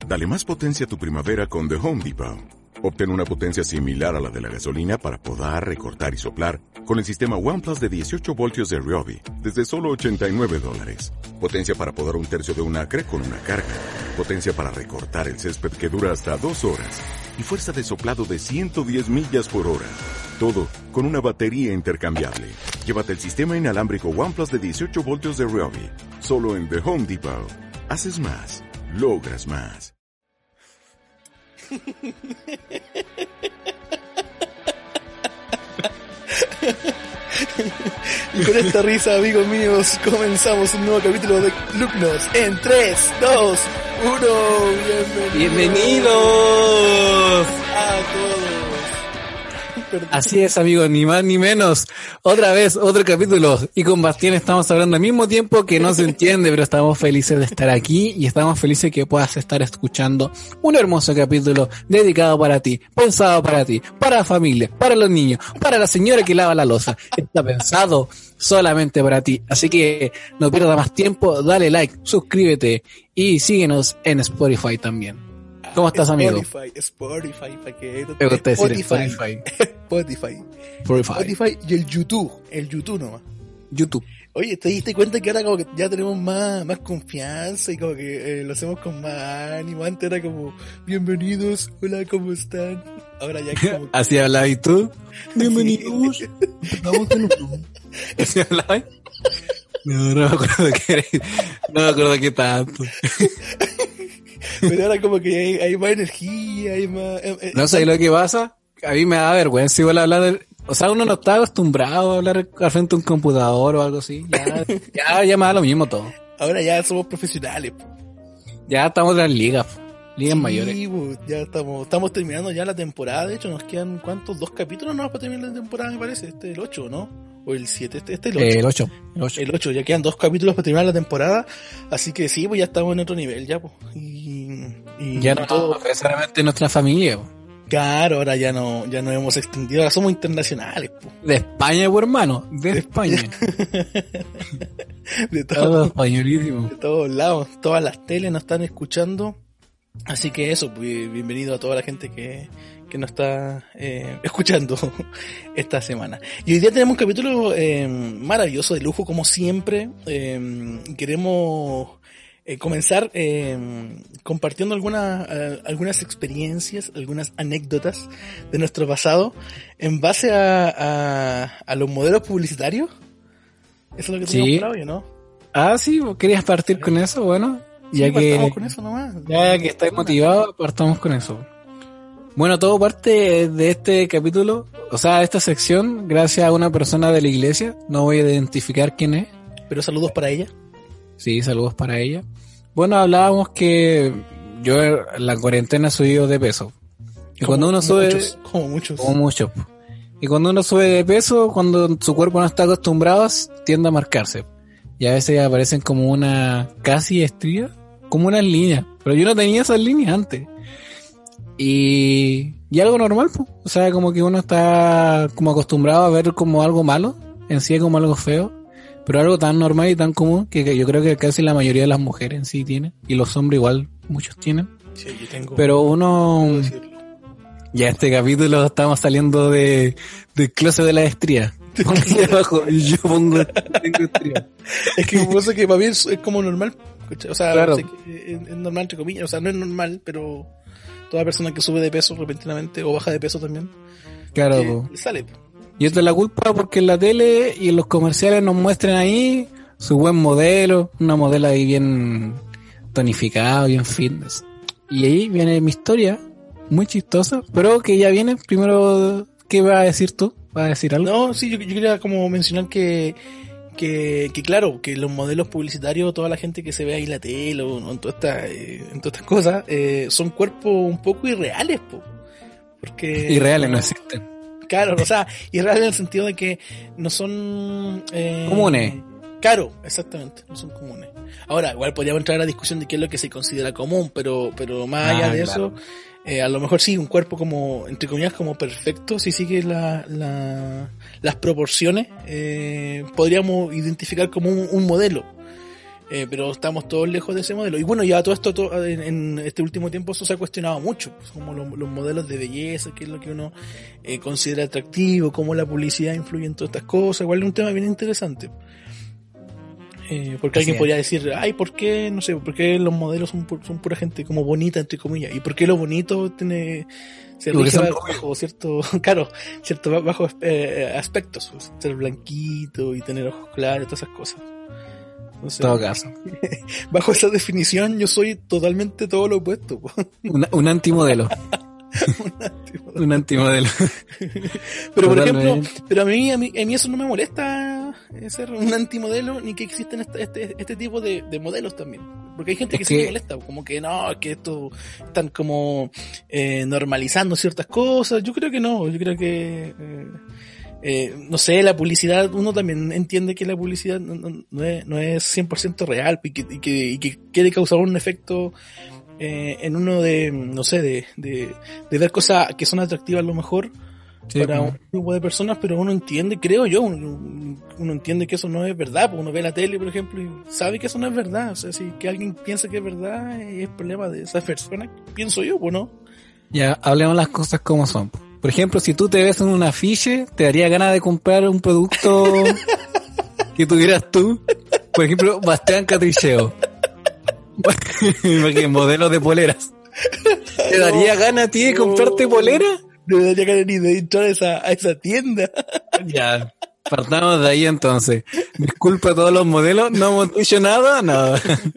Dale más potencia a tu primavera con The Home Depot. Obtén una potencia similar a la de la gasolina para podar, recortar y soplar con el sistema OnePlus de 18 voltios de Ryobi desde solo $89. Potencia para podar un tercio de un acre con una carga. Potencia para recortar el césped que dura hasta 2 horas. Y fuerza de soplado de 110 millas por hora. Todo con una batería intercambiable. Llévate el sistema inalámbrico OnePlus de 18 voltios de Ryobi. Solo en The Home Depot. Haces más. Logras más. Y con esta risa, amigos míos, comenzamos un nuevo capítulo de Lucnos en 3, 2, 1. ¡Bienvenidos a todos! Perdón. Así es, amigos, ni más ni menos. Otra vez, otro capítulo. Y con Bastián estamos hablando al mismo tiempo, que no se entiende, pero estamos felices de estar aquí y estamos felices que puedas estar escuchando un hermoso capítulo dedicado para ti, pensado para ti, para la familia, para los niños, para la señora que lava la loza. Está pensado solamente para ti. Así que no pierdas más tiempo, dale like, suscríbete y síguenos en Spotify también. ¿Cómo estás, amigo? Spotify, ¿para qué? Me gusta decir Spotify. Spotify y el YouTube nomás. YouTube. Oye, ¿te diste cuenta que ahora como que ya tenemos más confianza y como que lo hacemos con más ánimo? Antes era como, bienvenidos, hola, ¿cómo están? Ahora ya como... ¿Así hablabas y tú? Bienvenidos. Estamos de nuevo. ¿Así hablabas? No me acuerdo no me acuerdo qué tanto. Pero ahora como que hay más energía, hay más... No sé lo que pasa. A mí me da vergüenza igual hablar o sea, uno no está acostumbrado a hablar al frente de un computador o algo así. Ya me da lo mismo todo. Ahora ya somos profesionales. Ya estamos en las ligas mayores. Sí, ya estamos terminando ya la temporada. De hecho, nos quedan, ¿cuántos? 2 capítulos no para terminar la temporada, me parece. Este es el 8, ¿no? O el 7, este es el 8. El 8, ya quedan 2 capítulos para terminar la temporada. Así que sí, pues ya estamos en otro nivel ya, pues. Y ya no todo necesariamente nuestra familia, pues. Claro, ahora ya no hemos extendido, ahora somos internacionales, pues. De España, pues, hermano, de España. de todo españolísimo. De todos lados, todas las teles nos están escuchando. Así que eso, pues, bienvenido a toda la gente que nos está escuchando esta semana. Y hoy día tenemos un capítulo maravilloso, de lujo, como siempre. Queremos comenzar compartiendo algunas experiencias, algunas anécdotas de nuestro pasado en base a los modelos publicitarios. Eso es lo que teníamos para hoy, ¿no? Ah, sí, ¿querías partir con eso? Bueno, sí, ya que con eso nomás. Ya que estáis motivados, partamos con eso. Bueno, todo parte de este capítulo, o sea, de esta sección, gracias a una persona de la iglesia. No voy a identificar quién es. Pero saludos para ella. Sí, saludos para ella. Bueno, hablábamos que yo en la cuarentena he subido de peso. Y cuando uno sube... Como muchos. Y cuando uno sube de peso, cuando su cuerpo no está acostumbrado, tiende a marcarse. Y a veces aparecen como una casi estría, como unas líneas. Pero yo no tenía esas líneas antes. Y algo normal, pues. O sea, como que uno está como acostumbrado a ver como algo malo, en sí como algo feo. Pero algo tan normal y tan común que yo creo que casi la mayoría de las mujeres en sí tienen. Y los hombres igual, muchos tienen. Sí, yo tengo. Pero uno... Ya este capítulo estamos saliendo del closet de la estría. Ponle abajo y yo tengo estría. Es que pasa que para mí es como normal. O sea, claro. Es normal entre comillas. O sea, no es normal, pero toda persona que sube de peso repentinamente o baja de peso también. Claro. Sale. Y esto es la culpa porque en la tele y en los comerciales nos muestran ahí su buen modelo, una modelo ahí bien tonificada, bien fitness. Y ahí viene mi historia, muy chistosa, pero que ya viene. Primero, ¿qué vas a decir tú? ¿Vas a decir algo? No, sí, yo quería como mencionar que claro, que los modelos publicitarios, toda la gente que se ve ahí en la tele o en todas estas cosas, son cuerpos un poco irreales, po. Porque... Irreales no existen. Claro, o sea, irreales en el sentido de que no son... comunes. Claro, exactamente, no son comunes. Ahora, igual podríamos entrar a la discusión de qué es lo que se considera común, pero más allá de claro. eso, a lo mejor sí, un cuerpo como, entre comillas, como perfecto, si sigue las proporciones, podríamos identificar como un modelo. pero estamos todos lejos de ese modelo. Y bueno, ya todo esto en este último tiempo eso se ha cuestionado mucho, pues, como los modelos de belleza, qué es lo que uno considera atractivo, cómo la publicidad influye en todas estas cosas. Igual es un tema bien interesante. Porque alguien podría decir, ay, ¿por qué? No sé, ¿por qué los modelos son pura gente como bonita, entre comillas? ¿Y por qué lo bonito se rige bajo ciertos bajos aspectos? Pues, ser blanquito y tener ojos claros, todas esas cosas. Entonces, todo caso. Bajo esa definición yo soy totalmente todo lo opuesto. Un antimodelo. Un antimodelo. Pero por ejemplo, pero a mí eso no me molesta ser un antimodelo, ni que existen este tipo de modelos también. Porque hay gente que sí me molesta, como que no, que esto están como normalizando ciertas cosas. Yo creo que no, yo creo que no sé, la publicidad, uno también entiende que la publicidad no es 100% real y que quiere causar un efecto en uno de, no sé, de ver cosas que son atractivas a lo mejor para un grupo de personas, pero uno entiende, creo yo, uno entiende que eso no es verdad, porque uno ve la tele, por ejemplo, y sabe que eso no es verdad. O sea, si que alguien piensa que es verdad, es problema de esa persona, pienso yo, pues no. Ya, hablemos las cosas como son. Por ejemplo, si tú te ves en un afiche, ¿te daría ganas de comprar un producto que tuvieras tú? Por ejemplo, Bastián Catricheo. Modelos de poleras. ¿Te daría ganas a ti de comprarte polera? No me daría ganas ni de entrar a esa tienda. Ya, partamos de ahí entonces. Disculpa a todos los modelos, no hemos dicho nada, no.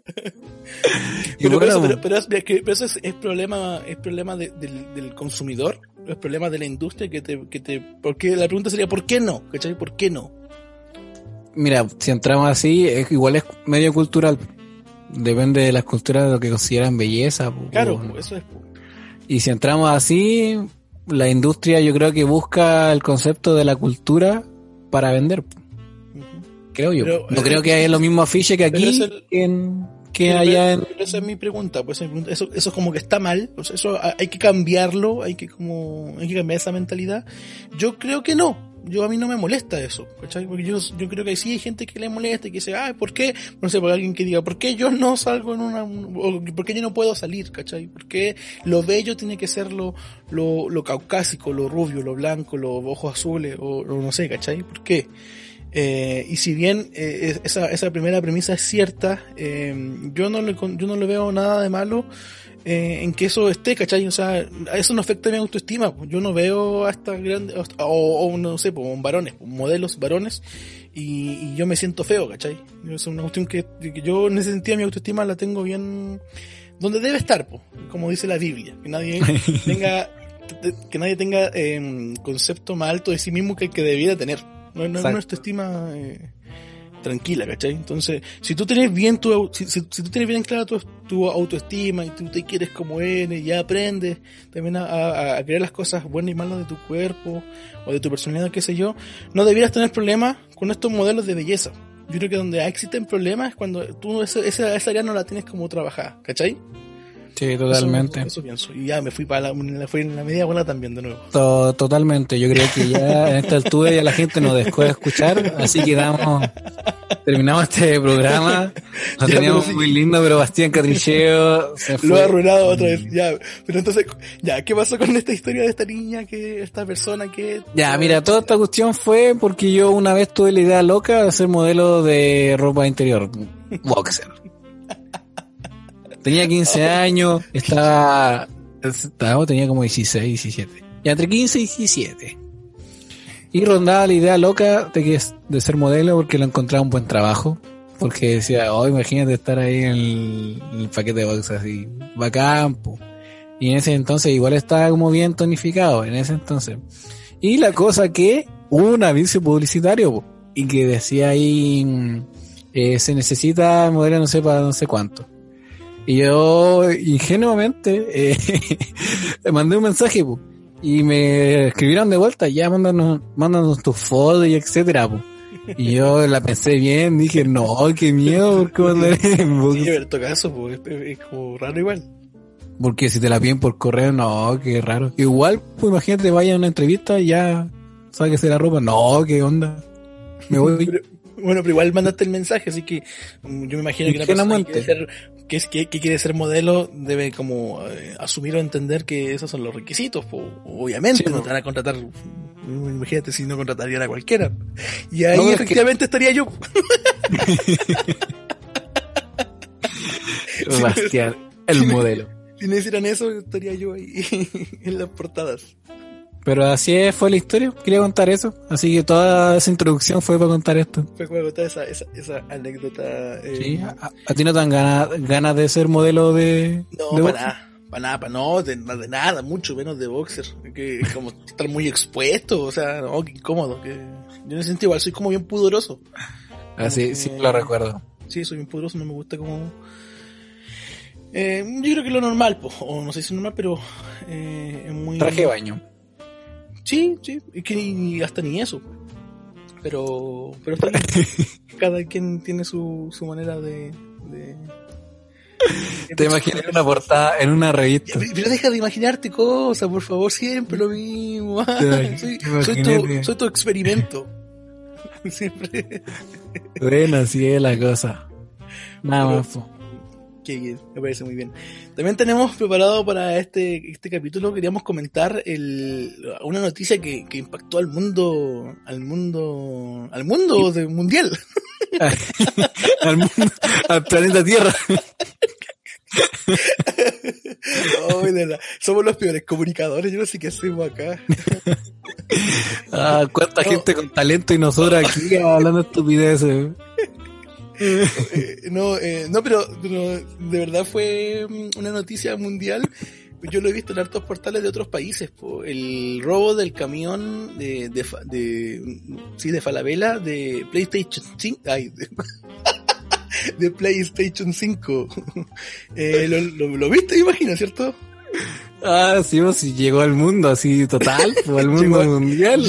Pero eso es problema del consumidor, es problema de la industria porque la pregunta sería ¿por qué no? ¿Cachai? ¿Por qué no? Mira, si entramos así, igual es medio cultural. Depende de las culturas de lo que consideran belleza. Claro, eso es. Y si entramos así, la industria yo creo que busca el concepto de la cultura para vender. Creo yo. Pero, no creo que haya lo mismo afiche que aquí allá en... Esa es mi pregunta, pues eso es como que está mal, o sea, eso hay que cambiarlo, hay que cambiar esa mentalidad. Yo creo que no. A mí no me molesta eso, ¿cachai? Porque yo creo que sí hay gente que le molesta y que dice, ay, ¿por qué? No sé, por alguien que diga, ¿por qué yo no salgo o por qué yo no puedo salir, ¿cachai? ¿Por qué lo bello tiene que ser lo caucásico, lo rubio, lo blanco, los ojos azules, o no sé, ¿cachai? ¿Por qué? Y si bien esa primera premisa es cierta, yo no le veo nada de malo en que eso esté, ¿cachai? O sea, eso no afecta a mi autoestima. Yo no veo hasta grandes, o no sé, varones, modelos varones, y yo me siento feo, ¿cachai? Es una cuestión que yo en ese sentido mi autoestima la tengo bien donde debe estar, como dice la Biblia, que nadie tenga concepto más alto de sí mismo que el que debiera tener. No es una autoestima tranquila, ¿cachai? Entonces, si tú tienes bien si tú tienes bien clara tu autoestima y tú te quieres como eres, ya aprendes también a creer las cosas buenas y malas de tu cuerpo o de tu personalidad, qué sé yo, no debieras tener problemas con estos modelos de belleza. Yo creo que donde existen problemas es cuando tú esa área no la tienes como trabajada, ¿cachai? Sí, totalmente. Eso pienso. Y ya me fui fui en la media bola también de nuevo. Totalmente. Yo creo que ya en esta altura ya la gente nos dejó de escuchar, así que terminamos este programa. Lo teníamos muy lindo, pero Bastián Catricheo se fue. Lo ha arruinado otra vez. Ya, pero entonces, ¿qué pasó con esta historia de esta niña, esta persona que... Ya, mira, toda esta cuestión fue porque yo una vez tuve la idea loca de hacer modelo de ropa interior, boxer. Tenía 15 años, tenía como 16, 17. Ya entre 15 y 17. Y rondaba la idea loca de ser modelo porque lo encontraba un buen trabajo. Porque decía, imagínate estar ahí en el paquete de box así, bacán, po. Y en ese entonces igual estaba como bien tonificado, en ese entonces. Y la cosa que hubo un aviso publicitario, po, y que decía ahí, se necesita modelo no sé para no sé cuánto. Y yo ingenuamente le mandé un mensaje, po, y me escribieron de vuelta, ya mándanos tus fotos y etcétera, po. Y yo la pensé bien, dije, no, qué miedo, ¿por qué mandaré? Sí, pero en todo caso, pues, es como raro igual. Porque si te la piden por correo, no, qué raro. Igual, pues imagínate, vaya a una entrevista y ya sabes que se la ropa, no, qué onda. Me voy. Bueno, pero igual mandaste el mensaje, así que yo me imagino que una persona que quiere ser modelo debe como asumir o entender que esos son los requisitos. Obviamente, sí, no te van a contratar. Imagínate si no contratarían a cualquiera. Y ahí efectivamente estaría yo. Bastián, el modelo. Si no hicieran eso, estaría yo ahí en las portadas. Pero así fue la historia, quería contar eso. Así que toda esa introducción fue para contar esto. Fue para contar esa anécdota. Sí, ¿a ti no te dan ganas de ser modelo de.? No, de para nada, de nada, mucho menos de boxer. Que es como estar muy expuesto, o sea, no, qué incómodo. Que yo en ese sentido igual soy como bien pudoroso. Sí, sí lo recuerdo. Sí, soy bien pudoroso, no me gusta como. Yo creo que lo normal, o no sé si es normal, pero es muy. Traje de baño. Sí, es que hasta ni eso. Pero está bien. Cada quien tiene su manera de te imaginas una portada en una revista. Pero deja de imaginarte cosas, por favor, siempre lo mismo. Soy tu experimento. Siempre. Bueno, así es la cosa. Nada más. Qué bien, me parece muy bien. También tenemos preparado para este capítulo, queríamos comentar una noticia que impactó al mundo mundial. Al planeta Tierra. Somos los peores comunicadores, yo no sé qué hacemos acá. Cuánta gente con talento y nosotros aquí hablando estupideces. No, pero de verdad fue una noticia mundial. Yo lo he visto en hartos portales de otros países. El robo del camión de Falabella de PlayStation 5. De PlayStation 5. ¿Lo viste, imagino, cierto? Sí, pues sí, llegó al mundo así total, al mundo mundial.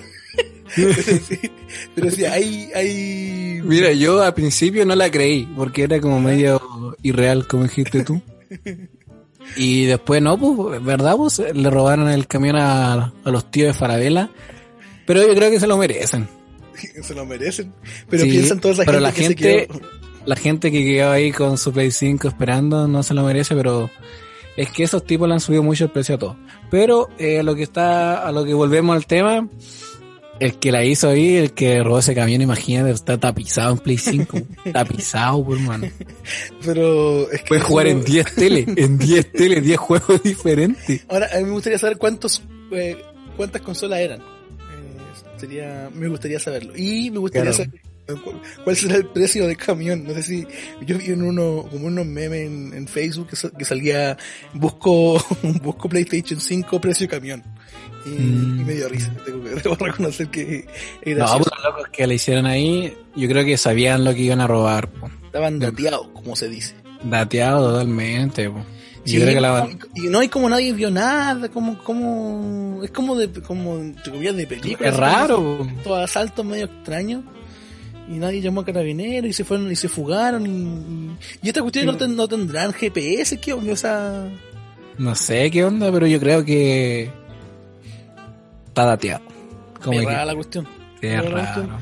Pero sí, hay... Mira, yo al principio no la creí, porque era como medio irreal, como dijiste tú. Y después no, pues, ¿verdad? Pues le robaron el camión a los tíos de Falabella. Pero yo creo que se lo merecen. Se lo merecen. Pero sí, piensan toda esa pero gente la gente que quedó ahí con su Play 5 esperando no se lo merece, pero es que esos tipos le han subido mucho el precio a todo. Pero a lo que volvemos al tema, el que la hizo ahí, el que robó ese camión, imagínate, está tapizado en Play 5. Tapizado, por mano. Pero es que puedes jugar en 10 tele, 10 juegos diferentes. Ahora, a mí me gustaría saber cuántas consolas eran. Me gustaría saberlo. Y me gustaría saber cuál será el precio del camión. No sé si yo vi como unos memes en Facebook que salía busco PlayStation 5 precio camión. Y me dio risa. Debo reconocer que era no, pues los locos que le hicieron ahí, yo creo que sabían lo que iban a robar. Estaban dateados, como se dice. Dateados totalmente. Sí, y no hay como nadie vio nada, como es como de película. Es raro. Todo asalto medio extraño. Y nadie llamó a carabineros y se fueron y se fugaron y esta cuestión no tendrán GPS, ¿qué onda? O sea, no sé qué onda, pero yo creo que está dateado. Es rara la cuestión. Es raro.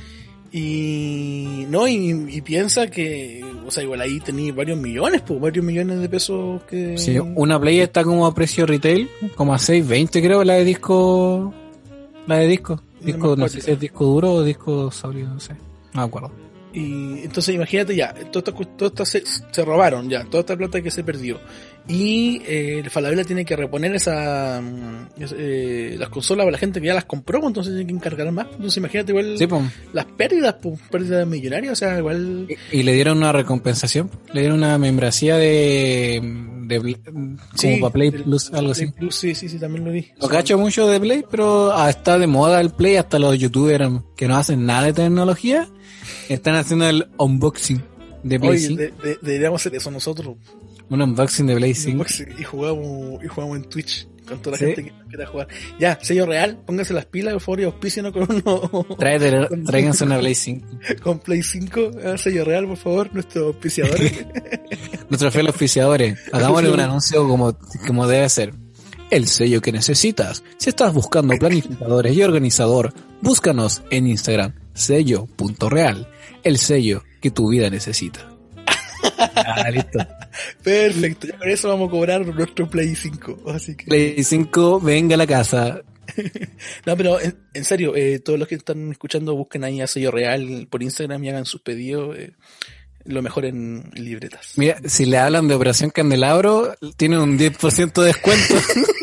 Y piensa que, o sea, igual ahí tenía varios millones de pesos que... Sí, una Play está como a precio retail, como a 6.20 creo, la de disco. No sé si es disco duro o disco sólido, no sé. No me acuerdo. Y entonces imagínate ya, todo esto se robaron ya, toda esta plata que se perdió. Y el Falabella tiene que reponer las consolas para la gente que ya las compró, entonces tiene que encargar más. Entonces imagínate igual sí, las pérdidas millonarias, o sea, igual... Y le dieron una recompensación, le dieron una membresía de como para Play Plus, algo así. Plus, sí, también lo vi. No cacho mucho de Play, pero está de moda el Play, hasta los youtubers que no hacen nada de tecnología están haciendo el unboxing de Play 5. Deberíamos hacer eso nosotros. Un unboxing de Play 5. Y jugamos en Twitch con toda la gente que quiera jugar. Ya, sello real, pónganse las pilas, por favor, y auspícenos con uno. Tráiganse una Play 5. Con Play 5, sello real, por favor, nuestros auspiciadores. Nuestros fieles auspiciadores. Hagámosle un anuncio como debe ser. El sello que necesitas. Si estás buscando planificadores y organizador, búscanos en Instagram. sello.real, el sello que tu vida necesita. Listo. Perfecto, ya con eso vamos a cobrar nuestro Play 5. Así que... Play 5, venga a la casa. No, pero en serio, todos los que están escuchando, busquen ahí a Sello Real por Instagram y hagan sus pedidos. Lo mejor en libretas. Mira, si le hablan de Operación Candelabro, tienen un 10% de descuento.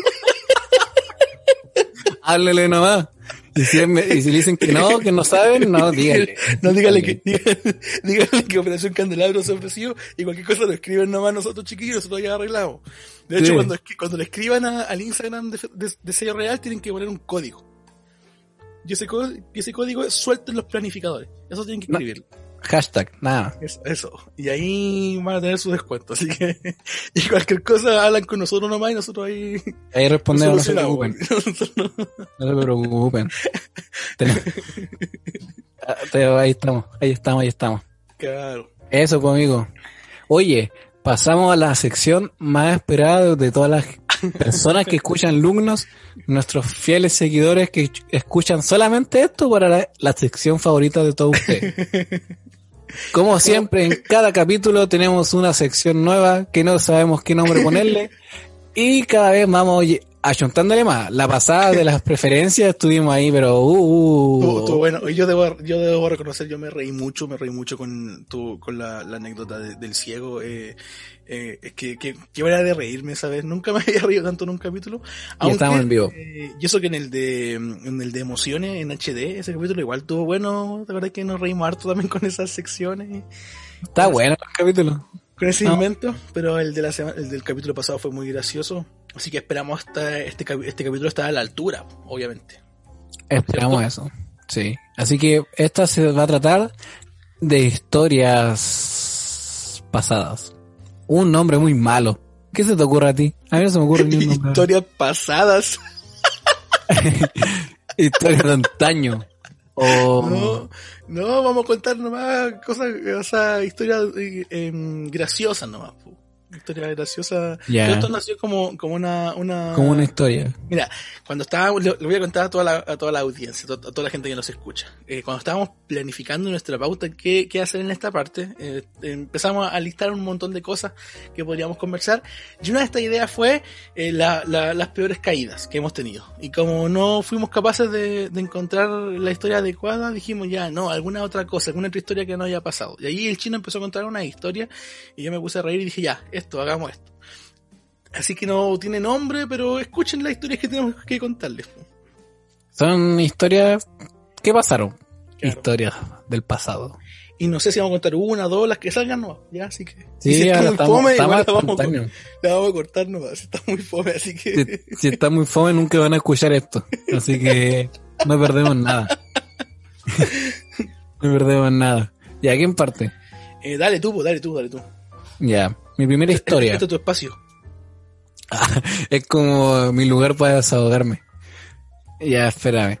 Háblele nomás. Y si le dicen que no saben, no, díganle. No, díganle que Operación Candelabro se ofreció y cualquier cosa lo escriben nomás nosotros chiquillos, nosotros ya arreglamos. De hecho, cuando le escriban al Instagram de Sello Real, tienen que poner un código. Y ese código es suelto en los planificadores. Eso tienen que escribirlo. Hashtag, nada. Eso. Y ahí van a tener su descuento. Así que, y cualquier cosa hablan con nosotros nomás y nosotros ahí respondemos, no se preocupen. No se preocupen. Ahí estamos. Claro. Eso, pues, amigo. Oye, pasamos a la sección más esperada de todas las personas que escuchan Lugnos, nuestros fieles seguidores que escuchan solamente esto para la sección favorita de todos ustedes. Como siempre, en cada capítulo tenemos una sección nueva que no sabemos qué nombre ponerle y cada vez vamos ayuntándole más. La pasada de las preferencias estuvimos ahí, pero Estuvo bueno. Yo debo reconocer, yo me reí mucho con la anécdota del ciego. Es que qué manera de reírme esa vez. Nunca me había reído tanto en un capítulo. Y estamos en vivo. Y eso que en el de emociones en HD, ese capítulo igual estuvo bueno. La verdad es que nos reímos harto también con esas secciones. Está bueno el capítulo. Con ese invento, pero el del capítulo pasado fue muy gracioso. Así que esperamos este capítulo está a la altura, obviamente. Esperamos eso, sí. Así que esta se va a tratar de historias pasadas. Un nombre muy malo. ¿Qué se te ocurre a ti? A mí no se me ocurre ni un nombre. Historias pasadas. Historias de antaño. No, vamos a contar nomás historias graciosas nomás. Historia graciosa. Yeah. Esto nació como una historia. Mira, cuando estábamos, lo voy a contar a toda la audiencia, a toda la gente que nos escucha. Cuando estábamos planificando nuestra pauta, qué hacer en esta parte, empezamos a listar un montón de cosas que podríamos conversar. Y una de estas ideas fue las peores caídas que hemos tenido. Y como no fuimos capaces de encontrar la historia adecuada, dijimos alguna otra cosa, alguna otra historia que no haya pasado. Y ahí el chino empezó a contar una historia y yo me puse a reír y dije hagamos esto. Así que no tiene nombre, pero escuchen las historias que tenemos que contarles. Son historias que pasaron. Claro. Historias del pasado. Y no sé si vamos a contar una, dos, las que salgan, no. Ya, así que. Sí, si ahora está muy fome, igual la vamos a cortar nomás. Si está muy fome, así que. Si está muy fome, nunca van a escuchar esto. Así que no perdemos nada. No perdemos nada. ¿Ya quién parte? Dale tú. Ya, mi primera historia. Este es tu espacio. Es como mi lugar para desahogarme. Ya, espérame.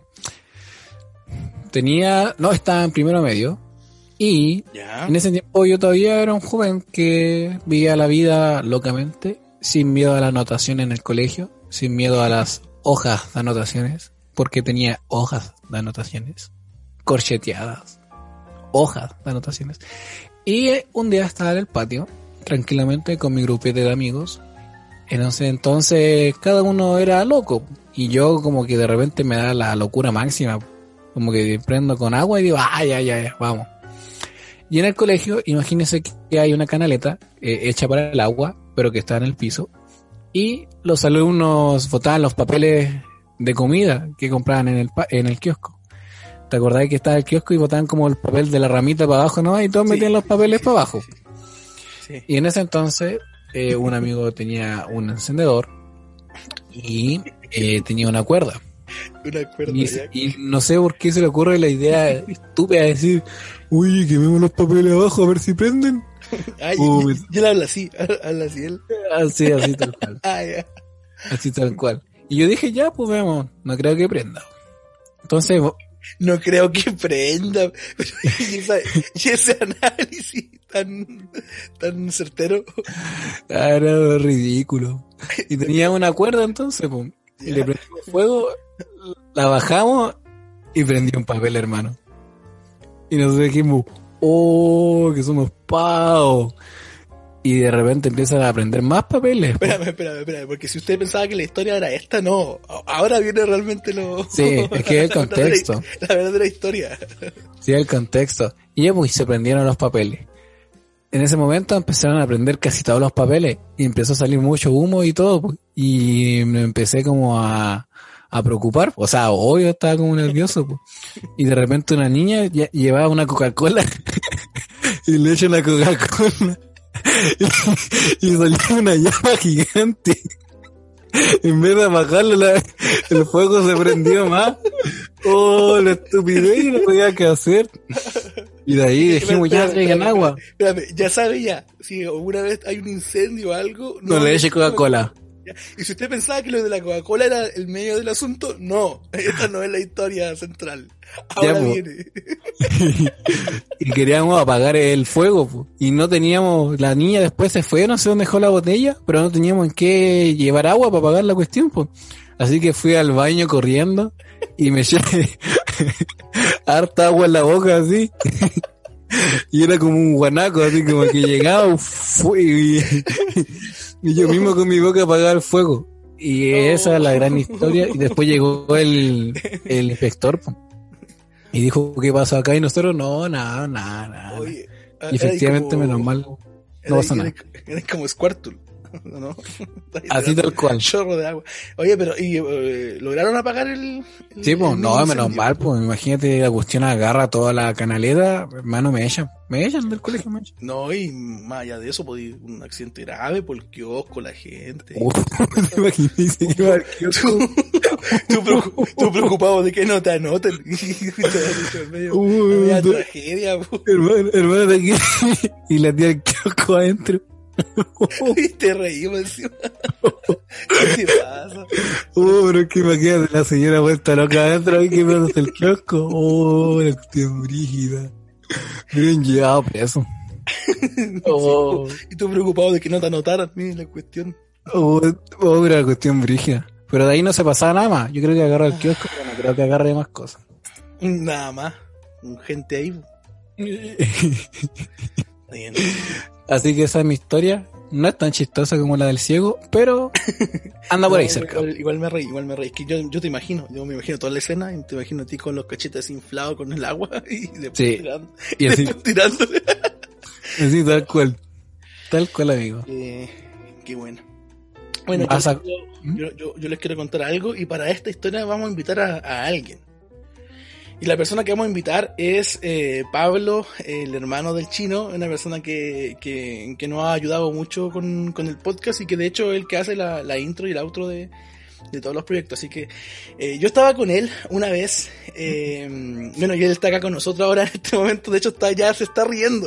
Estaba en primero medio. Y en ese tiempo yo todavía era un joven que vivía la vida locamente, sin miedo a la anotación en el colegio, sin miedo a las hojas de anotaciones, porque tenía hojas de anotaciones, corcheteadas, hojas de anotaciones. Y un día estaba en el patio, tranquilamente con mi grupete de amigos. Entonces cada uno era loco y yo como que de repente me da la locura máxima, como que prendo con agua y digo, ya, vamos. Y en el colegio, imagínense que hay una canaleta hecha para el agua, pero que está en el piso, y los alumnos botaban los papeles de comida que compraban en el kiosco. ¿Te acordás que estaba el kiosco y botaban como el papel de la ramita para abajo, no? Y todos metían los papeles para abajo. Sí. Y en ese entonces un amigo tenía un encendedor y tenía una cuerda. Y no sé por qué se le ocurre la idea estúpida de decir, uy, quememos los papeles abajo a ver si prenden. Yo le hablo así él. Así tal cual. Así tal cual. Y yo dije, ya, pues vemos, no creo que prenda. Entonces... No creo que prenda. Y ese análisis tan certero. Era ridículo. Y tenía una cuerda entonces, pues. Y le prendimos fuego, la bajamos y prendió un papel, hermano. Y nosotros dijimos, oh, que somos pavos. Y de repente empiezan a aprender más papeles. Espérame, porque si usted pensaba que la historia era esta, no. Ahora viene realmente lo... Sí, es que es el contexto. La verdadera historia. Sí, el contexto. Y ya pues se prendieron los papeles. En ese momento empezaron a aprender casi todos los papeles. Y empezó a salir mucho humo y todo. Pues, y me empecé como a preocupar. O sea, obvio estaba como nervioso. Pues. Y de repente una niña llevaba una Coca-Cola. Y le echó la Coca-Cola. Y salió una llama gigante. En vez de apagarlo, el fuego se prendió más. Oh, la estupidez, no sabía qué hacer. Y de ahí dijimos, ya traigan agua. Espérame, ya sabe ya, si alguna vez hay un incendio o algo... No le eche Coca-Cola. Y si usted pensaba que lo de la Coca-Cola era el medio del asunto, no, esta no es la historia central. Ahora ya, viene. Y queríamos apagar el fuego, po. Y no teníamos, la niña después se fue, no sé dónde dejó la botella, pero no teníamos en qué llevar agua para apagar la cuestión, pues. Así que fui al baño corriendo y me eché harta agua en la boca así. Y era como un guanaco, así como que llegaba y yo mismo con mi boca apagaba el fuego. Y esa es la gran historia. Y después llegó el inspector, po. Y dijo, ¿qué pasó acá? Y nosotros, no, nada. Oye, y efectivamente, como, menos mal, no pasa nada. Eres como Squirtle, ¿no? Así tal cual. Chorro de agua. Oye, pero, ¿lograron apagar el sí, pues, no, menos mal, pues, imagínate, la cuestión agarra toda la canaleta, hermano, me echan del colegio, me echan. No, y más allá de eso, pues, un accidente grave por el kiosco, la gente. ¿Te imaginas que iba al kiosco? Tú preocupado de que no te anoten. Media tragedia, hermano de aquí. Y la tía del kiosco adentro. Y te reímos encima. ¿Qué te pasa? Pero es que imagínate la señora vuelta loca adentro y que me hace el kiosco. La cuestión brígida. Me hubieran llevado preso. Y tú preocupado de que no te anotaran, mira la cuestión. Pero la cuestión brígida. Pero de ahí no se pasaba nada más. Yo creo que agarra el kiosco, pero no creo que agarre más cosas. Nada más. Gente ahí. Así que esa es mi historia. No es tan chistosa como la del ciego, pero anda por ahí cerca. Igual me reí. Es que yo te imagino, yo me imagino toda la escena y te imagino a ti con los cachetes inflados con el agua y después sí. Tirándole. Así, tal cual, amigo. Qué bueno. Bueno, yo les quiero contar algo y para esta historia vamos a invitar a alguien. Y la persona que vamos a invitar es Pablo, el hermano del Chino, una persona que nos ha ayudado mucho con el podcast y que de hecho es el que hace la intro y el outro de todos los proyectos. Así que yo estaba con él una vez, bueno, y él está acá con nosotros ahora en este momento, de hecho ya se está riendo.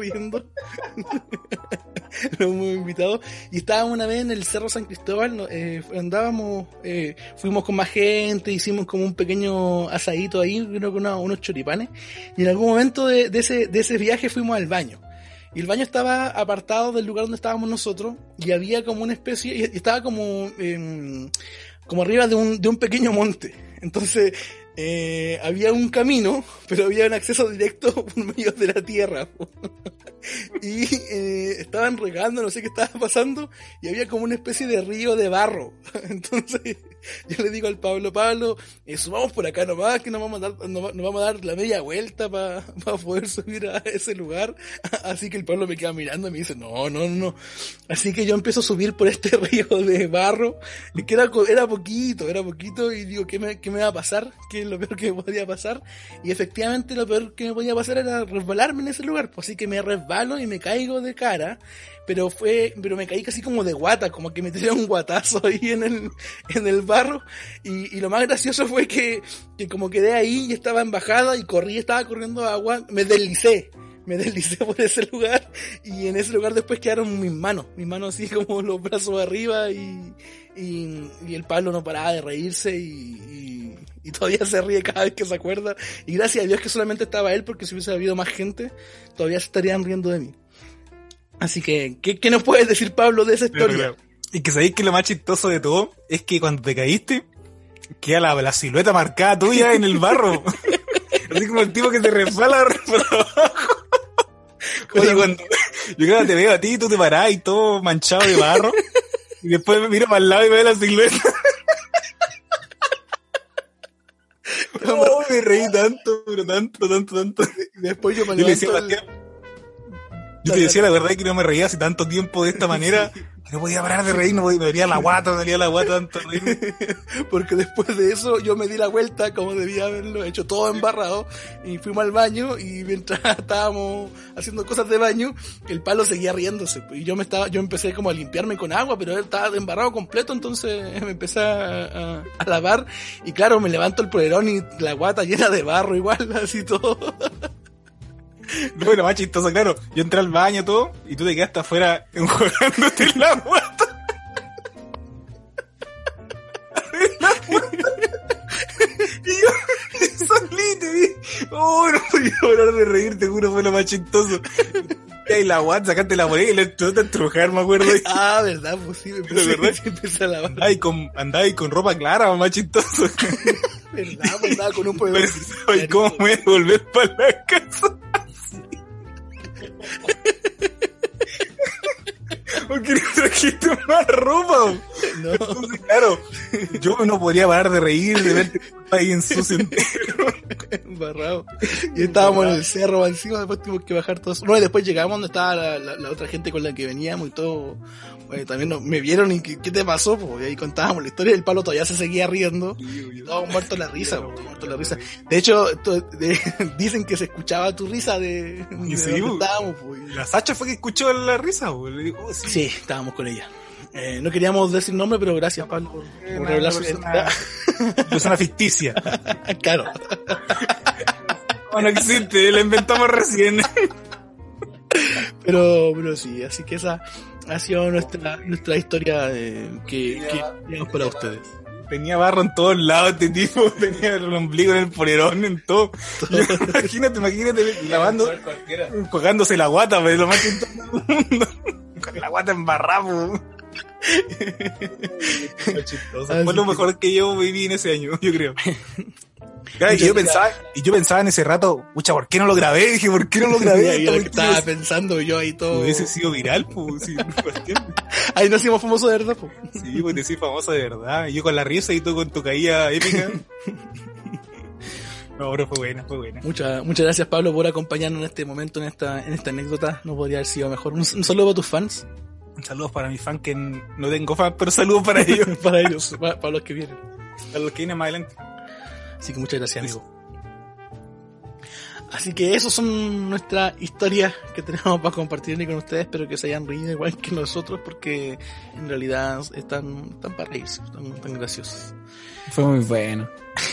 Lo hemos invitado y estábamos una vez en el Cerro San Cristóbal, andábamos, fuimos con más gente, hicimos como un pequeño asadito ahí, creo que unos choripanes, y en algún momento de ese viaje fuimos al baño. Y el baño estaba apartado del lugar donde estábamos nosotros y había como una especie, y estaba como arriba de un pequeño monte. Entonces había un camino, pero había un acceso directo por medio de la tierra. Y estaban regando, no sé qué estaba pasando, y había como una especie de río de barro. Entonces yo le digo al Pablo, subamos por acá nomás, que nos vamos a dar la media vuelta para poder subir a ese lugar. Así que el Pablo me queda mirando y me dice, no. Así que yo empiezo a subir por este río de barro, que era poquito, y digo, ¿qué me va a pasar? ¿Qué es lo peor que me podía pasar? Y efectivamente lo peor que me podía pasar era resbalarme en ese lugar, pues así que me resbalo y me caigo de cara, pero me caí casi como de guata, como que me tiré un guatazo ahí en el barro, y lo más gracioso fue que como quedé ahí y estaba en bajada y estaba corriendo agua, me deslicé por ese lugar, y en ese lugar después quedaron mis manos así como los brazos arriba, y el Pablo no paraba de reírse y todavía se ríe cada vez que se acuerda, y gracias a Dios que solamente estaba él, porque si hubiese habido más gente todavía se estarían riendo de mí. Así que, ¿qué nos puedes decir, Pablo, de esa historia? Pero, y que sabéis que lo más chistoso de todo es que cuando te caíste queda la silueta marcada tuya en el barro. Así como el tipo que se resbala por abajo. Oye, cuando yo creo que te veo a ti, tú te parás y todo manchado de barro. Y después me miro para el lado y veo la silueta. Oh, me reí tanto, pero tanto. Y después yo me Yo le decía a levanto Bastián, yo te decía la verdad que no me reía hace tanto tiempo de esta manera, que no podía parar de reír, me dolía la guata tanto reír. porque después de eso yo me di la vuelta como debía haberlo hecho, todo embarrado, y fuimos al baño, y mientras estábamos haciendo cosas de baño, el palo seguía riéndose, y yo empecé como a limpiarme con agua, pero él estaba embarrado completo, entonces me empecé a lavar, y claro, me levanto el polerón y la guata llena de barro igual, así todo. No, era más chistoso, claro. Yo entré al baño todo y tú te quedaste afuera enjuagándote la guata. Y yo salí y te vi. Oh, no podía parar de reír, te juro, fue lo más chistoso. Y la guata, sacaste la moneda y le empezaste a estrujar, me acuerdo. Ah, verdad, pues sí, empecé a lavar. Andaba ahí con ropa clara, más chistoso. Verdad, pues andaba con un polerón. Ay, ¿cómo me voy a volver para la casa? ¿Por qué no trajiste más ropa? No. Entonces, claro, yo no podría parar de reír, de verte ahí en sucio entero. Embarrado. Y estábamos en el cerro encima, después tuvimos que bajar todos. No, y después llegamos donde estaba la otra gente con la que veníamos y todo. Bueno, también me vieron y ¿qué te pasó? Pues, y ahí contábamos la historia, el palo todavía se seguía riendo. Estábamos muertos la risa, muertos la risa. De hecho, dicen que se escuchaba tu risa de sí, donde estábamos. Pues. La Sacha fue que escuchó la risa. Le digo, oh, sí. Sí, estábamos con ella. No queríamos decir nombre, pero gracias, Pablo, por revelar su identidad. Persona ficticia. Claro. No existe, la inventamos recién. Pero sí, así que esa ha sido nuestra historia que tenemos para ustedes. Tenía barro en todos lados este tipo, tenía el ombligo en el polerón, en todo. Imagínate lavando, enjuagándose la guata, pero lo más chistoso del mundo. Con la guata embarrada. Fue lo mejor que yo viví en ese año, yo creo. Claro, y yo pensaba en ese rato, pucha, ¿por qué no lo grabé? Dije, ¿por qué no lo grabé? Yo estaba pensando yo ahí todo. Hubiese sido viral, pues, sí, ahí nos hicimos famosos de verdad, pues. Sí, pues te soy famoso de verdad. Y yo con la risa y tú con tu caída épica. No, pero fue buena. Muchas gracias, Pablo, por acompañarnos en este momento, en esta anécdota. No podría haber sido mejor. Un saludo para tus fans. Saludos para mis fans que no tengo fans, pero saludos para ellos. para ellos, para los que vienen. Para los que vienen más adelante. Así que muchas gracias, amigo. Así que esos son nuestras historias que tenemos para compartir con ustedes. Espero que se hayan reído igual que nosotros, porque en realidad están para reírse, están graciosos. Fue muy bueno.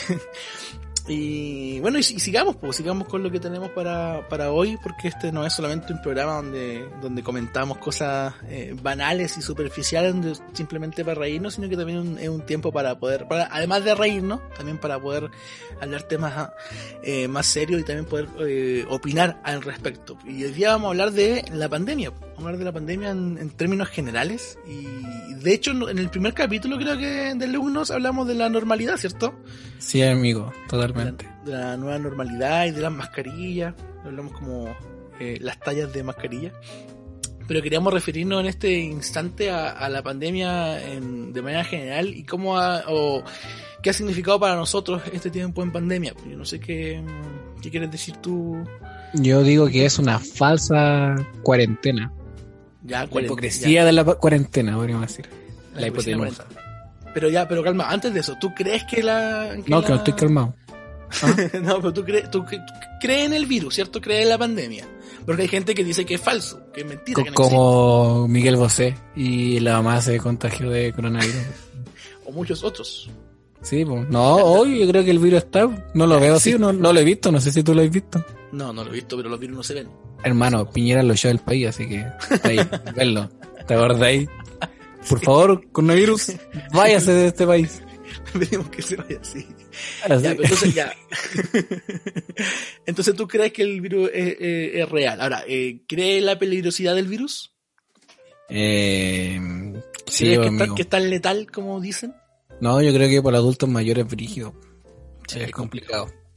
Y bueno, y sigamos con lo que tenemos para hoy, porque este no es solamente un programa donde comentamos cosas banales y superficiales, donde simplemente para reírnos, sino que también es un tiempo para además de reírnos, también para poder hablar temas más serios y también poder opinar al respecto. Y hoy día vamos a hablar de la pandemia, en términos generales, y de hecho en el primer capítulo creo que del Lugnos hablamos de la normalidad, ¿cierto? Sí, amigo, totalmente. De la nueva normalidad y de las mascarillas, hablamos como las tallas de mascarilla, pero queríamos referirnos en este instante a la pandemia de manera general y qué ha significado para nosotros este tiempo en pandemia. Yo no sé qué quieres decir tú. Yo digo que es una falsa cuarentena. La hipocresía de la cuarentena, podríamos decir. La hipotenusa. Pero calma, antes de eso, ¿tú crees que no estoy calmado. ¿Ah? No, pero tú crees en el virus, ¿cierto? Crees en la pandemia. Porque hay gente que dice que es falso, que es mentira. Que no como existe. Miguel Bosé y la mamá se contagió de coronavirus. O muchos otros. Sí, pues. No, hoy yo creo que el virus está. No lo veo así, no lo he visto, no sé si tú lo has visto. No lo he visto, pero los virus no se ven. Hermano, Piñera lo echó del país, así que ahí, verlo. ¿Te acuerdas de ahí? Por favor, coronavirus, váyase de este país. Pedimos que se vaya así. Ya, pero entonces Entonces, ¿tú crees que el virus es real? Ahora, ¿crees la peligrosidad del virus? Sí, ¿Crees que es tan letal como dicen? No, yo creo que para adultos mayores es brígido. Sí, es complicado.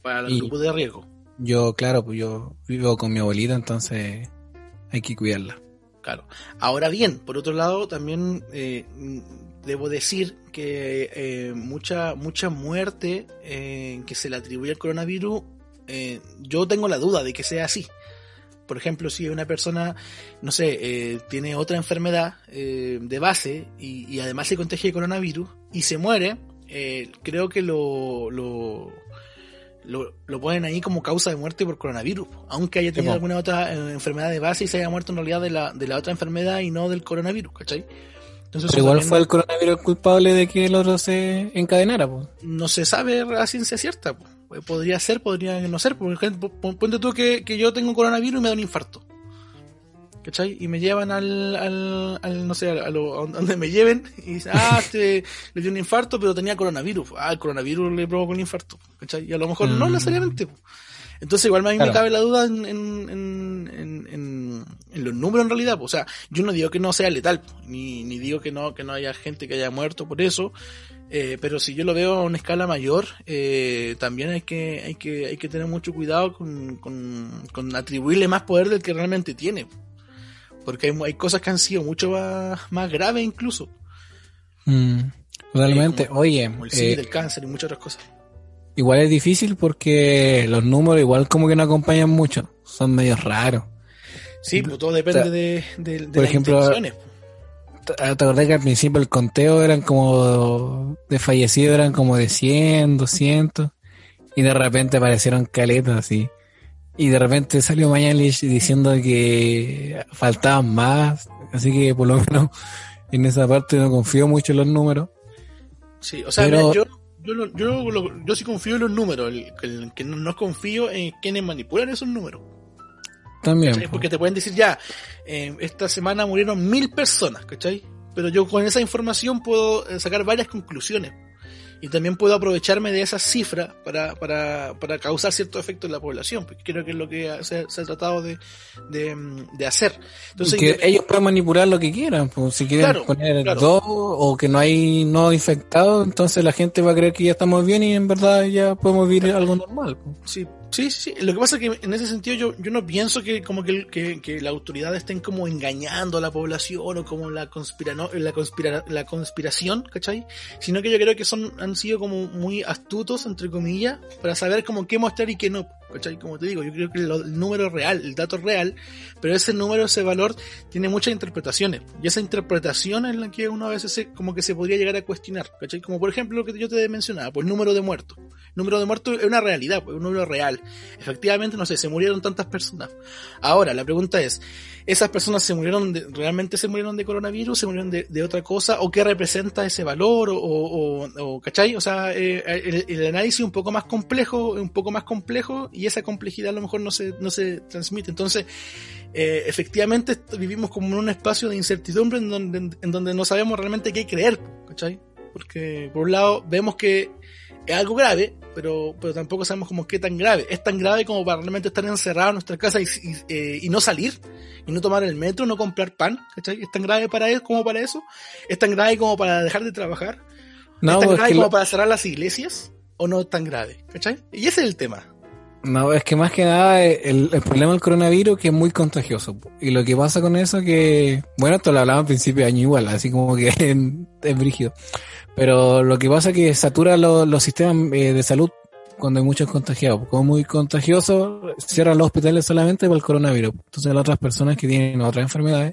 para los grupos de riesgo. Yo, claro, pues yo vivo con mi abuelita, entonces hay que cuidarla. Claro. Ahora bien, por otro lado, también debo decir que mucha muerte que se le atribuye al coronavirus, yo tengo la duda de que sea así. Por ejemplo, si una persona, no sé, tiene otra enfermedad de base y además se contagia de coronavirus y se muere, creo que lo ponen ahí como causa de muerte por coronavirus, aunque haya tenido alguna otra enfermedad de base y se haya muerto en realidad de la otra enfermedad y no del coronavirus, ¿cachai? Entonces, pero igual fue el coronavirus el culpable de que el otro se encadenara, pues. No se sabe a ciencia cierta, pues. Podría ser, podría no ser. Por ejemplo, ponte tú que yo tengo coronavirus y me da un infarto, ¿cachai? Y me llevan al no sé, a donde me lleven y dicen, le dio un infarto, pero tenía coronavirus. El coronavirus le provocó el infarto, ¿cachai? Y a lo mejor no necesariamente. Entonces igual a mí me cabe la duda en los números en realidad. O sea, yo no digo que no sea letal, ni digo que no haya gente que haya muerto por eso. Pero si yo lo veo a una escala mayor, también hay que tener mucho cuidado con atribuirle más poder del que realmente tiene. Porque hay cosas que han sido mucho más graves incluso. Totalmente. Oye, como el SIDA, el cáncer y muchas otras cosas. Igual es difícil porque los números igual como que no acompañan mucho. Son medio raros. Sí, pues todo depende de por las ejemplo, intenciones. ¿te acordás que al principio el conteo eran como de fallecidos, eran como de 100, 200 y de repente aparecieron caletas así? Y de repente salió Mañalich diciendo que faltaban más, así que por lo menos en esa parte no confío mucho en los números. Sí, o sea, pero... yo sí confío en los números, el que no confío en quienes manipulan esos números. También. ¿Cachai? Porque te pueden decir esta semana murieron 1000 personas, ¿cachai? Pero yo con esa información puedo sacar varias conclusiones. Y también puedo aprovecharme de esas cifras para causar cierto efecto en la población, porque creo que es lo que se ha tratado de hacer. Entonces, que ellos pueden manipular lo que quieran, pues, si quieren poner 2 o que no hay no infectados, entonces la gente va a creer que ya estamos bien y en verdad ya podemos vivir algo normal. Pues. Sí. Lo que pasa es que en ese sentido yo no pienso que como que las autoridades estén como engañando a la población o como la conspiración, ¿cachai? Sino que yo creo que han sido como muy astutos, entre comillas, para saber como qué mostrar y qué no, ¿cachai? Como te digo, yo creo que el número es real, el dato es real, pero ese número, ese valor tiene muchas interpretaciones, y esa interpretación es la que uno a veces como que se podría llegar a cuestionar, ¿cachai? Como por ejemplo lo que yo te mencionaba, pues el número de muertos. El número de muertos es una realidad, pues un número real. Efectivamente, no sé, se murieron tantas personas. Ahora, la pregunta es, ¿esas personas realmente se murieron de coronavirus, se murieron de otra cosa? ¿O qué representa ese valor? ¿Cachai? O sea, el análisis es un poco más complejo y esa complejidad a lo mejor no se transmite. Entonces, efectivamente vivimos como en un espacio de incertidumbre en donde no sabemos realmente qué creer, ¿cachai? Porque por un lado vemos que es algo grave, pero tampoco sabemos como qué tan grave. Es tan grave como para realmente estar encerrado en nuestra casa y no salir, y no tomar el metro, no comprar pan, ¿cachai? Es tan grave como para eso. Es tan grave como para dejar de trabajar. No, es tan grave como para cerrar las iglesias, o no es tan grave, ¿cachai? Y ese es el tema. No, es que más que nada el problema del coronavirus que es muy contagioso. Y lo que pasa con eso que, bueno, esto lo hablaba al principio de año igual, así como que es brígido. Pero lo que pasa es que satura los sistemas de salud cuando hay muchos contagiados. Como es muy contagioso, cierran los hospitales solamente para el coronavirus. Entonces las otras personas que tienen otras enfermedades,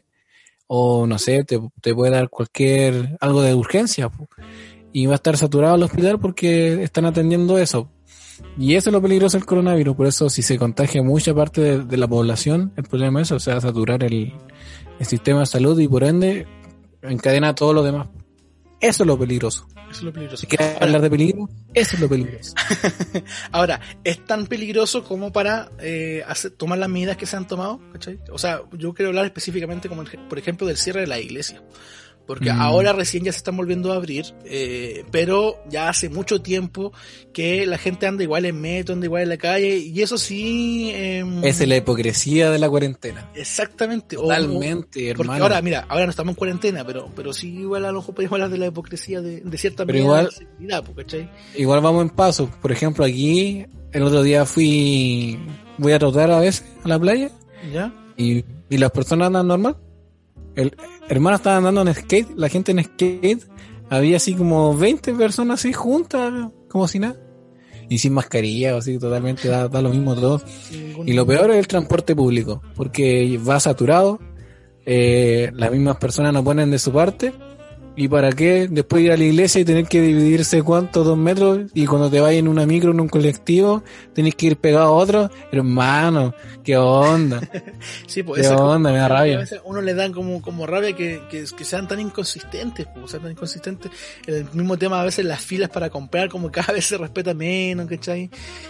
o no sé, te puede dar algo de urgencia. Y va a estar saturado el hospital porque están atendiendo eso. Y eso es lo peligroso del coronavirus. Por eso si se contagia mucha parte de la población, el problema es eso, o sea, saturar el sistema de salud y por ende encadena todo lo demás. Eso es lo peligroso. Si quieres hablar de peligro, eso es lo peligroso. Ahora, ¿es tan peligroso como para tomar las medidas que se han tomado? ¿Cachai? O sea, yo quiero hablar específicamente como por ejemplo del cierre de la iglesia. Porque ahora recién ya se están volviendo a abrir, pero ya hace mucho tiempo que la gente anda igual en metro, anda igual en la calle, y eso sí... Esa es la hipocresía de la cuarentena. Exactamente. Totalmente, hermano. Porque ahora, mira, ahora no estamos en cuarentena, pero sí igual a lo mejor podemos hablar de la hipocresía de cierta pero medida igual, de seguridad, ¿cachai? Igual vamos en paso. Por ejemplo, aquí, el otro día voy a trotar a veces a la playa, ¿Ya? y las personas andan normal. El hermano estaba andando en skate, la gente en skate, había así como 20 personas así juntas, como si nada, y sin mascarilla, así totalmente da lo mismo todo. Y lo peor es el transporte público, porque va saturado, las mismas personas no ponen de su parte, y para qué después ir a la iglesia y tener que dividirse cuánto, 2 metros, y cuando te vayas en una micro, en un colectivo, tenés que ir pegado a otro. Hermano, qué onda. Sí, pues qué onda, me da rabia. A veces uno le dan como rabia que sean tan inconsistentes, pues, sean tan inconsistentes. El mismo tema a veces las filas para comprar, como cada vez se respeta menos, ¿cachai?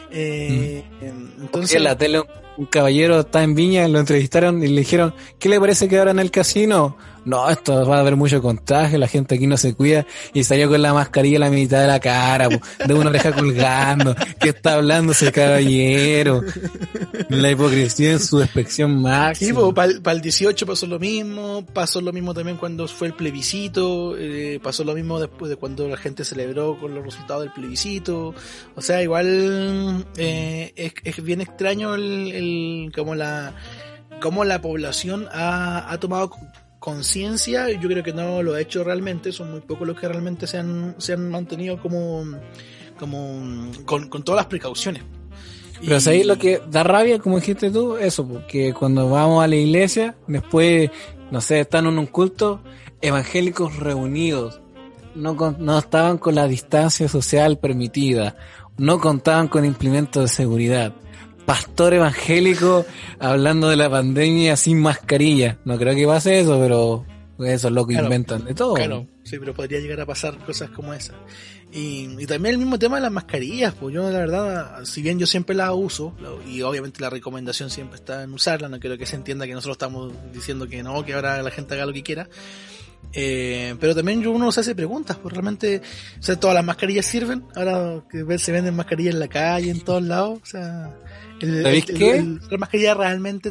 Entonces... En la tele un caballero está en Viña, lo entrevistaron y le dijeron, ¿qué le parece que ahora en el casino? No, esto va a haber mucho contagio, la gente aquí no se cuida, y salió con la mascarilla a la mitad de la cara, de una oreja colgando. ¿Qué está hablando ese caballero? La hipocresía en su expresión máxima. Sí, para el 18 pasó lo mismo también cuando fue el plebiscito, pasó lo mismo después de cuando la gente celebró con los resultados del plebiscito. O sea, igual es bien extraño cómo la población ha tomado conciencia. Yo creo que no lo ha hecho realmente, son muy pocos los que realmente se han mantenido con todas las precauciones. Pero ¿sabéis lo que da rabia, como dijiste tú? Eso, porque cuando vamos a la iglesia, después, no sé, están en un culto, evangélicos reunidos, no estaban con la distancia social permitida, no contaban con implementos de seguridad. Pastor evangélico hablando de la pandemia sin mascarilla. No creo que pase eso, pero esos locos inventan de todo. Claro, sí, pero podría llegar a pasar cosas como esas. Y también el mismo tema de las mascarillas, pues yo la verdad, si bien yo siempre las uso, y obviamente la recomendación siempre está en usarla, no quiero que se entienda que nosotros estamos diciendo que no, que ahora la gente haga lo que quiera. Pero también uno se hace preguntas, pues realmente, o sea, todas las mascarillas sirven, ahora que se venden mascarillas en la calle, en todos lados, o sea, la mascarilla realmente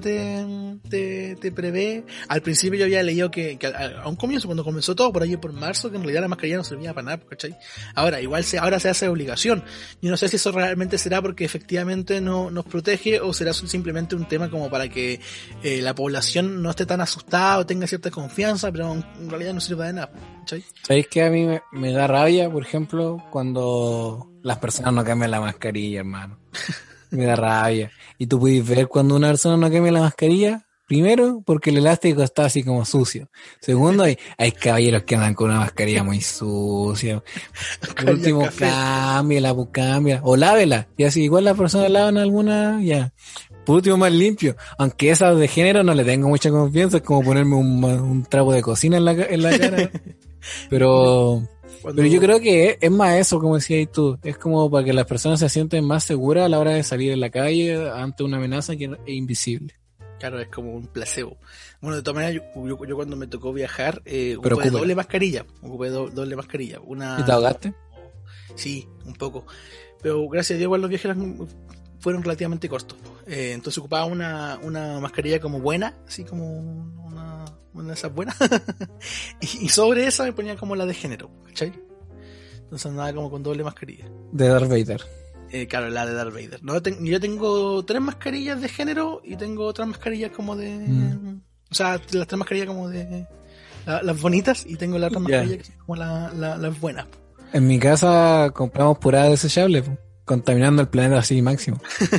te prevé. Al principio yo había leído que a un comienzo, cuando comenzó todo por ahí por marzo, que en realidad la mascarilla no servía para nada, ¿cachai? Ahora se hace obligación. Yo no sé si eso realmente será porque efectivamente no nos protege, o será simplemente un tema como para que la población no esté tan asustada o tenga cierta confianza, pero en realidad no sirve de nada, ¿cachai? ¿Sabéis que a mí me da rabia, por ejemplo, cuando las personas no cambian la mascarilla, hermano? Me da rabia. Y tú puedes ver cuando una persona no cambia la mascarilla, primero, porque el elástico está así como sucio. Segundo, hay caballeros que andan con una mascarilla muy sucia. Por último, cámbiala. O lávela. Y así, igual las personas lavan alguna, ya. Por último, más limpio. Aunque esas de género no le tengo mucha confianza, es como ponerme un trapo de cocina en la cara. Pero yo creo que es más eso, como decías tú, es como para que las personas se sienten más seguras a la hora de salir en la calle ante una amenaza que es invisible. Claro, es como un placebo. Bueno, de todas maneras, yo cuando me tocó viajar, ocupé doble mascarilla. ¿Y te ahogaste? Sí, un poco. Pero gracias a Dios, igual los viajes fueron relativamente cortos. Entonces ocupaba una mascarilla como buena, así como una de esas buenas. y sobre esa me ponía como la de género, ¿cachai? Entonces andaba como con doble mascarilla. De Darth Vader. Claro, la de Darth Vader. No, yo tengo 3 mascarillas de género y tengo otras mascarillas como de... O sea, las 3 mascarillas como de... las bonitas, y tengo la otra mascarilla que son como las buenas. En mi casa compramos pura desechable, contaminando el planeta así máximo.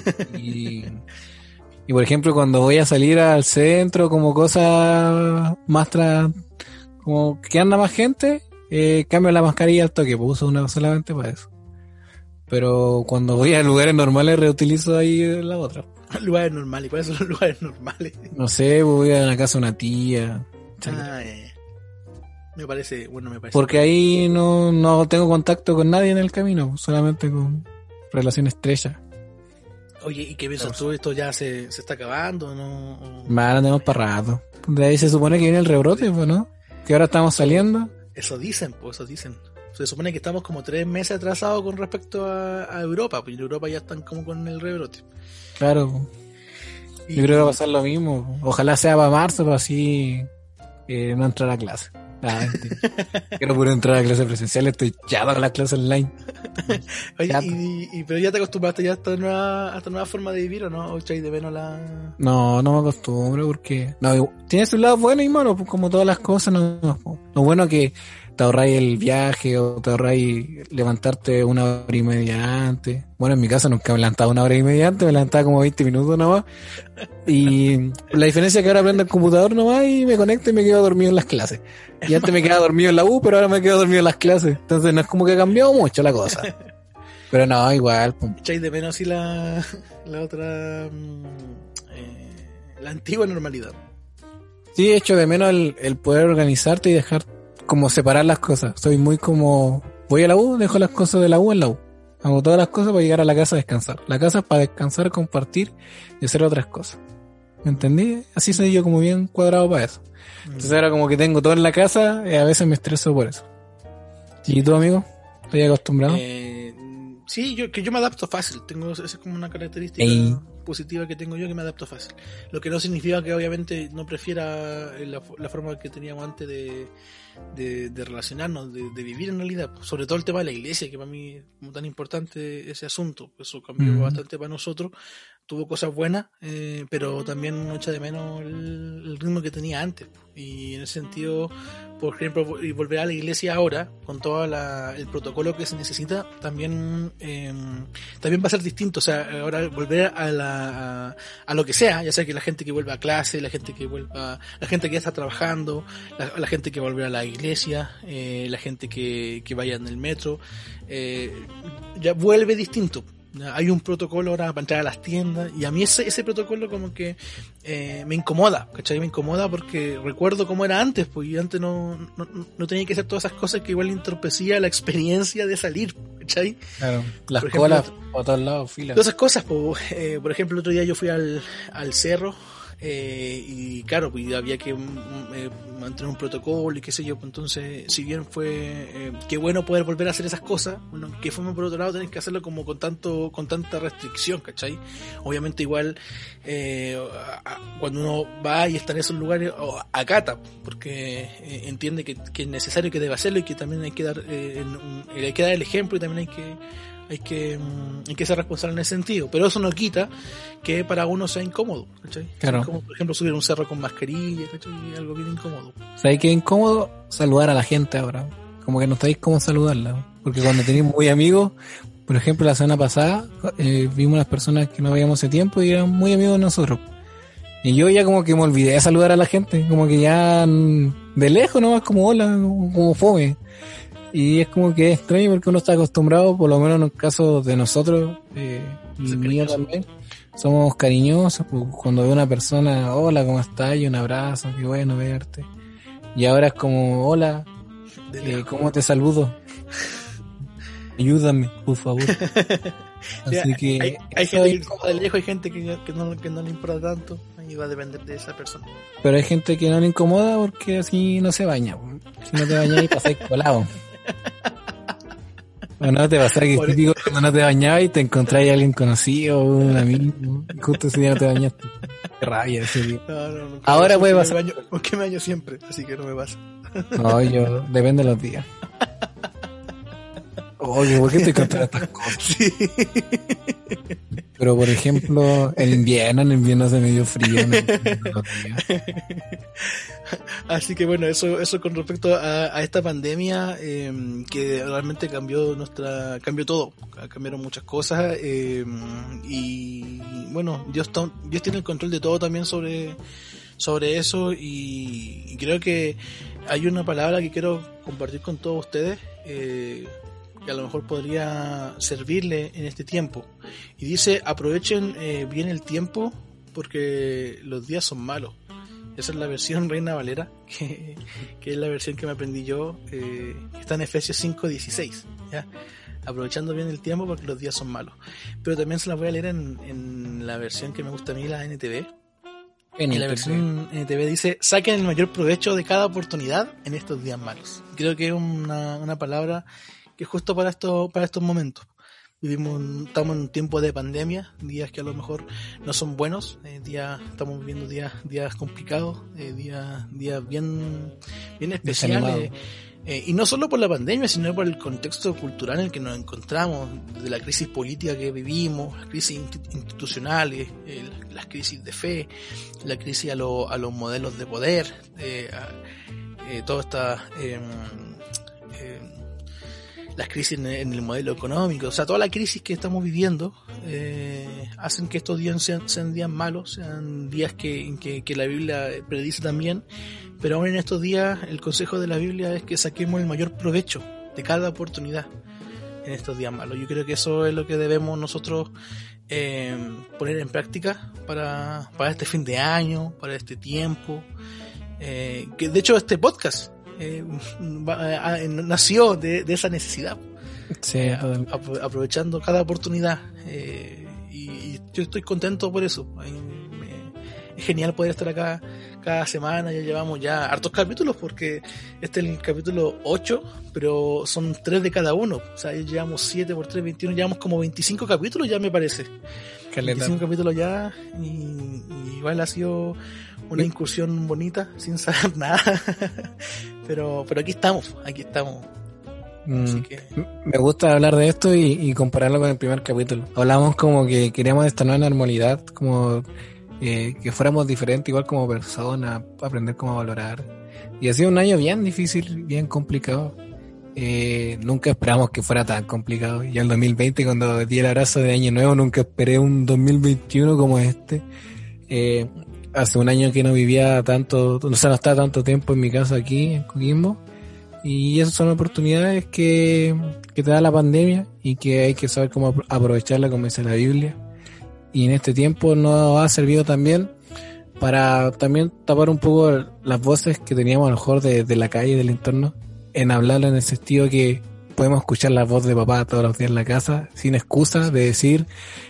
Y por ejemplo, cuando voy a salir al centro, como cosas más como que anda más gente, cambio la mascarilla al toque, pues uso una solamente para eso. Pero cuando voy a lugares normales, reutilizo ahí la otra. Lugares normales, ¿cuáles son los lugares normales? No sé, voy a la casa de una tía. Me parece. Porque ahí no tengo contacto con nadie en el camino, solamente con relaciones estrechas. Oye, ¿y qué piensas tú? ¿Esto ya se está acabando, no? Más, tenemos para rato. De ahí se supone que viene el rebrote, pues, ¿no? que ahora estamos saliendo. Eso dicen, pues eso dicen. Se supone que estamos como 3 meses atrasados con respecto a Europa, pues en Europa ya están como con el rebrote. Claro. Yo creo que va a pasar lo mismo. Ojalá sea para marzo, para así no entrar a clase. Quiero puro entrar a clase presencial, estoy chato con las clases online. Oye, pero ya te acostumbraste ya a esta nueva forma de vivir, ¿o no? ¿O echáis de menos la...? No me acostumbro porque... No, tiene su lado bueno y malo, pues como todas las cosas. No. Lo bueno es que te ahorráis el viaje o te ahorráis levantarte 1 hora y media antes. Bueno, en mi caso nunca me levantaba 1 hora y media antes, me levantaba como 20 minutos nomás. Y la diferencia es que ahora prendo el computador nomás y me conecto y me quedo dormido en las clases. Y antes me quedaba dormido en la U, pero ahora me quedo dormido en las clases. Entonces no es como que ha cambiado mucho la cosa. Pero no, igual. ¿Echáis de menos así la otra... la antigua normalidad? Sí, echo de menos el poder organizarte y dejar como separar las cosas. Soy muy como... Voy a la U, dejo las cosas de la U en la U. Hago todas las cosas para llegar a la casa a descansar. La casa es para descansar, compartir y hacer otras cosas. ¿Me entendí? Así soy yo como bien cuadrado para eso. Entonces ahora como que tengo todo en la casa y a veces me estreso por eso. ¿Y tú, amigo? ¿Estás acostumbrado? Sí, yo me adapto fácil. Esa es como una característica positiva que tengo yo, que me adapto fácil. Lo que no significa que obviamente no prefiera la forma que teníamos antes de relacionarnos, de vivir en realidad. Sobre todo el tema de la iglesia, que para mí es como tan importante ese asunto. Eso cambió bastante para nosotros. Tuvo cosas buenas, pero también echa de menos el ritmo que tenía antes. Y en ese sentido, por ejemplo, volver a la iglesia ahora, con todo el protocolo que se necesita, también va a ser distinto. O sea, ahora volver a lo que sea, ya sea que la gente que vuelva a clase, la gente que ya está trabajando, la gente que va a volver a la iglesia, la gente que vaya en el metro, ya vuelve distinto. Hay un protocolo ahora para entrar a las tiendas y a mí ese protocolo como que me incomoda, ¿cachai? Me incomoda porque recuerdo cómo era antes, pues, y antes no tenía que hacer todas esas cosas que igual entorpecía la experiencia de salir, ¿cachai? Claro, las colas por todos lados, filas. Todas esas cosas, pues, por ejemplo, el otro día yo fui al cerro. Y claro, pues había que mantener un protocolo y qué sé yo, pues entonces si bien fue qué bueno poder volver a hacer esas cosas, bueno, que fuimos por otro lado tenés que hacerlo como con tanta restricción, ¿cachai? Obviamente igual cuando uno va y está en esos lugares acata, porque entiende que es necesario, que debe hacerlo y que también hay que dar el ejemplo y también hay que ser responsable en ese sentido, pero eso no quita que para uno sea incómodo, ¿cachai? Claro. Como por ejemplo subir un cerro con mascarilla, ¿cachai? Algo bien incómodo. ¿Sabes qué incómodo? Saludar a la gente ahora. Como que no sabéis cómo saludarla. Porque cuando tenéis muy amigos, por ejemplo la semana pasada vimos unas personas que no veíamos hace tiempo y eran muy amigos de nosotros. Y yo ya como que me olvidé de saludar a la gente, como que ya de lejos nomás como hola, como fome. Y es como que es extraño porque uno está acostumbrado, por lo menos en el caso de nosotros, y mío también, somos cariñosos. Pues cuando veo a una persona, hola, ¿cómo estás? Y un abrazo, qué bueno verte. Y ahora es como, hola, ¿cómo te saludo? Ayúdame, por favor. Así que hay gente que de lejos, hay gente que no le importa tanto, y va a depender de esa persona. Pero hay gente que no le incomoda porque así no se baña. Si no te bañas y pasáis colado. O no te pasa que es típico cuando no te bañabas y te encontráis a alguien conocido, un amigo, y justo ese día no te bañaste. Qué rabia ese día. No, ahora puede pasar. Porque me baño siempre, así que no me pasa. No, depende de los días. Oye, ¿por qué te contas estas cosas? Sí. Pero por ejemplo, en invierno hace medio frío. Así que bueno, eso con respecto a esta pandemia que realmente cambió todo, cambiaron muchas cosas y bueno, Dios tiene el control de todo también sobre eso y creo que hay una palabra que quiero compartir con todos ustedes que a lo mejor podría servirle en este tiempo, y dice: aprovechen bien el tiempo porque los días son malos. Esa es la versión Reina Valera, que es la versión que me aprendí yo, está en Efesios 5:16, ¿ya? Aprovechando bien el tiempo porque los días son malos. Pero también se la voy a leer en la versión que me gusta a mí, la NTV, En la versión NTV dice: saquen el mayor provecho de cada oportunidad en estos días malos. Creo que es una palabra que es justo para estos momentos. Estamos en un tiempo de pandemia, días que a lo mejor no son buenos, estamos viviendo días complicados, días bien especiales, y no solo por la pandemia, sino por el contexto cultural en el que nos encontramos, de la crisis política que vivimos, las crisis institucionales, las crisis de fe, la crisis a los modelos de poder, toda esta las crisis en el modelo económico, o sea, toda la crisis que estamos viviendo hacen que estos días sean días malos, sean días que la Biblia predice también, pero aún en estos días el consejo de la Biblia es que saquemos el mayor provecho de cada oportunidad en estos días malos. Yo creo que eso es lo que debemos nosotros poner en práctica para este fin de año, para este tiempo, que de hecho este podcast nació de esa necesidad, sí, aprovechando cada oportunidad, y yo estoy contento por eso. Es genial poder estar acá cada semana. Ya llevamos hartos capítulos, porque este es el capítulo 8, pero son 3 de cada uno, o sea, ya llevamos 7 por 3, 21, llevamos como 25 capítulos ya, me parece. Caleta. 25 capítulos ya, y igual ha sido una incursión bonita, sin saber nada. pero aquí estamos. Así que... Me gusta hablar de esto y compararlo con el primer capítulo. Hablamos como que queríamos esta nueva normalidad, como que fuéramos diferentes igual como personas, aprender cómo valorar. Y ha sido un año bien difícil, bien complicado. Nunca esperamos que fuera tan complicado. Ya el 2020, cuando di el abrazo de Año Nuevo, nunca esperé un 2021 como este. Hace un año que no vivía tanto, o sea, no estaba tanto tiempo en mi casa aquí, en Coquimbo. Y esas son oportunidades que te da la pandemia y que hay que saber cómo aprovecharla, como dice la Biblia. Y en este tiempo nos ha servido también para también tapar un poco las voces que teníamos a lo mejor de la calle, del entorno, en hablarlo en el sentido que podemos escuchar la voz de papá todos los días en la casa, sin excusa de decir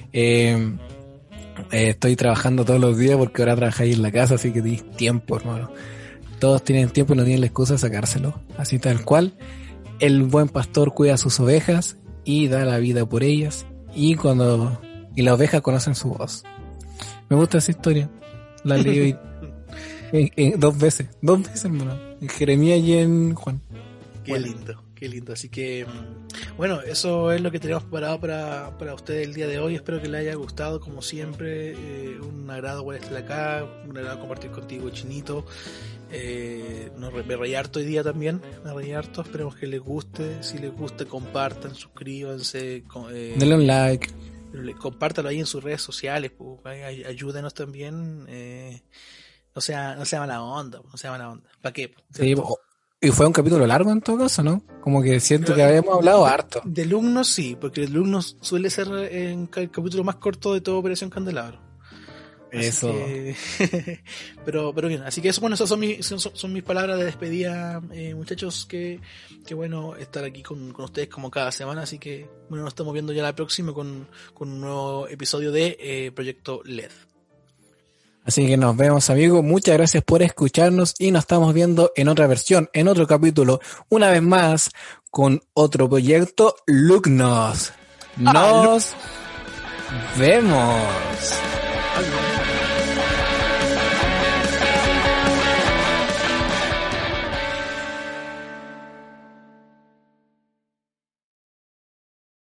estoy trabajando todos los días porque ahora trabajáis en la casa, así que tenéis tiempo, hermano. Todos tienen tiempo y no tienen la excusa de sacárselo. Así tal cual, el buen pastor cuida a sus ovejas y da la vida por ellas, y las ovejas conocen su voz. Me gusta esa historia. La leí dos veces, hermano. En Jeremías y en Juan. Qué lindo. Así que, bueno, eso es lo que tenemos preparado para ustedes el día de hoy. Espero que les haya gustado, como siempre. Un agrado por estar acá, un agrado compartir contigo, Chinito. Me reí harto hoy día también, esperemos que les guste. Si les gusta, compartan, suscríbanse, denle un like, compártalo ahí en sus redes sociales, ayúdenos también. No sea mala onda, ¿para qué? Sí, y fue un capítulo largo en todo caso, ¿no? Como que siento que habíamos hablado harto. De alumnos sí, porque el alumno suele ser el capítulo más corto de toda Operación Candelabro. Eso. Pero bien, así que eso, bueno, esas son mis palabras de despedida, muchachos. Que bueno estar aquí con ustedes como cada semana. Así que bueno, nos estamos viendo ya la próxima con un nuevo episodio de Proyecto LED. Así que nos vemos, amigos. Muchas gracias por escucharnos y nos estamos viendo en otra versión, en otro capítulo, una vez más con otro proyecto Lugnos. Nos vemos. Adiós.